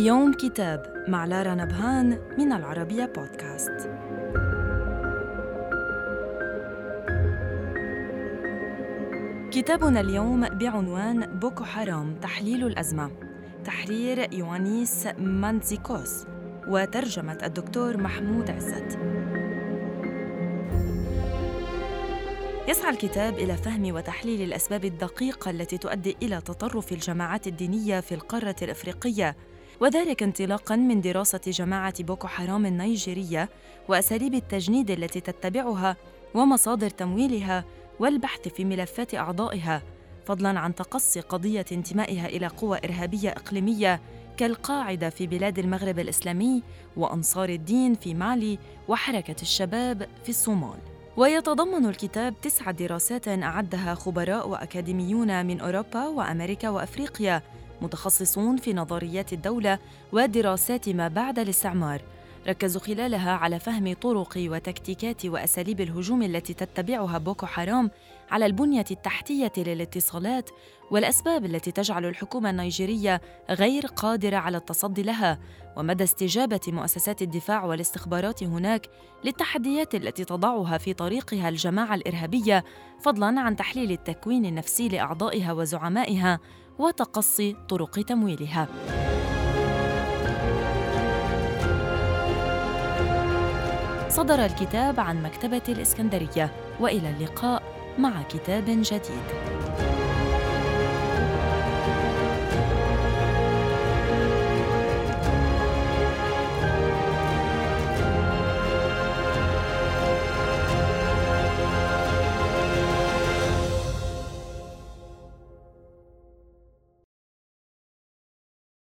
يوم كتاب مع لارا نبهان من العربية بودكاست. كتابنا اليوم بعنوان بوكو حرام تحليل الأزمة، تحرير يوانيس مانتزيكوس وترجمة الدكتور محمود عزت. يسعى الكتاب إلى فهم وتحليل الأسباب الدقيقة التي تؤدي إلى تطرف الجماعات الدينية في القارة الأفريقية، وذلك انطلاقاً من دراسة جماعة بوكو حرام النيجيرية وأساليب التجنيد التي تتبعها ومصادر تمويلها والبحث في ملفات أعضائها، فضلاً عن تقصي قضية انتمائها إلى قوى إرهابية إقليمية كالقاعدة في بلاد المغرب الإسلامي وأنصار الدين في مالي وحركة الشباب في الصومال. ويتضمن الكتاب 9 دراسات أعدها خبراء وأكاديميون من أوروبا وأمريكا وأفريقيا متخصصون في نظريات الدولة ودراسات ما بعد الاستعمار، ركزوا خلالها على فهم طرق وتكتيكات وأساليب الهجوم التي تتبعها بوكو حرام على البنية التحتية للاتصالات والأسباب التي تجعل الحكومة النيجيرية غير قادرة على التصدي لها، ومدى استجابة مؤسسات الدفاع والاستخبارات هناك للتحديات التي تضعها في طريقها الجماعة الإرهابية، فضلاً عن تحليل التكوين النفسي لأعضائها وزعمائها وتقصي طرق تمويلها. صدر الكتاب عن مكتبة الإسكندرية، وإلى اللقاء مع كتاب جديد.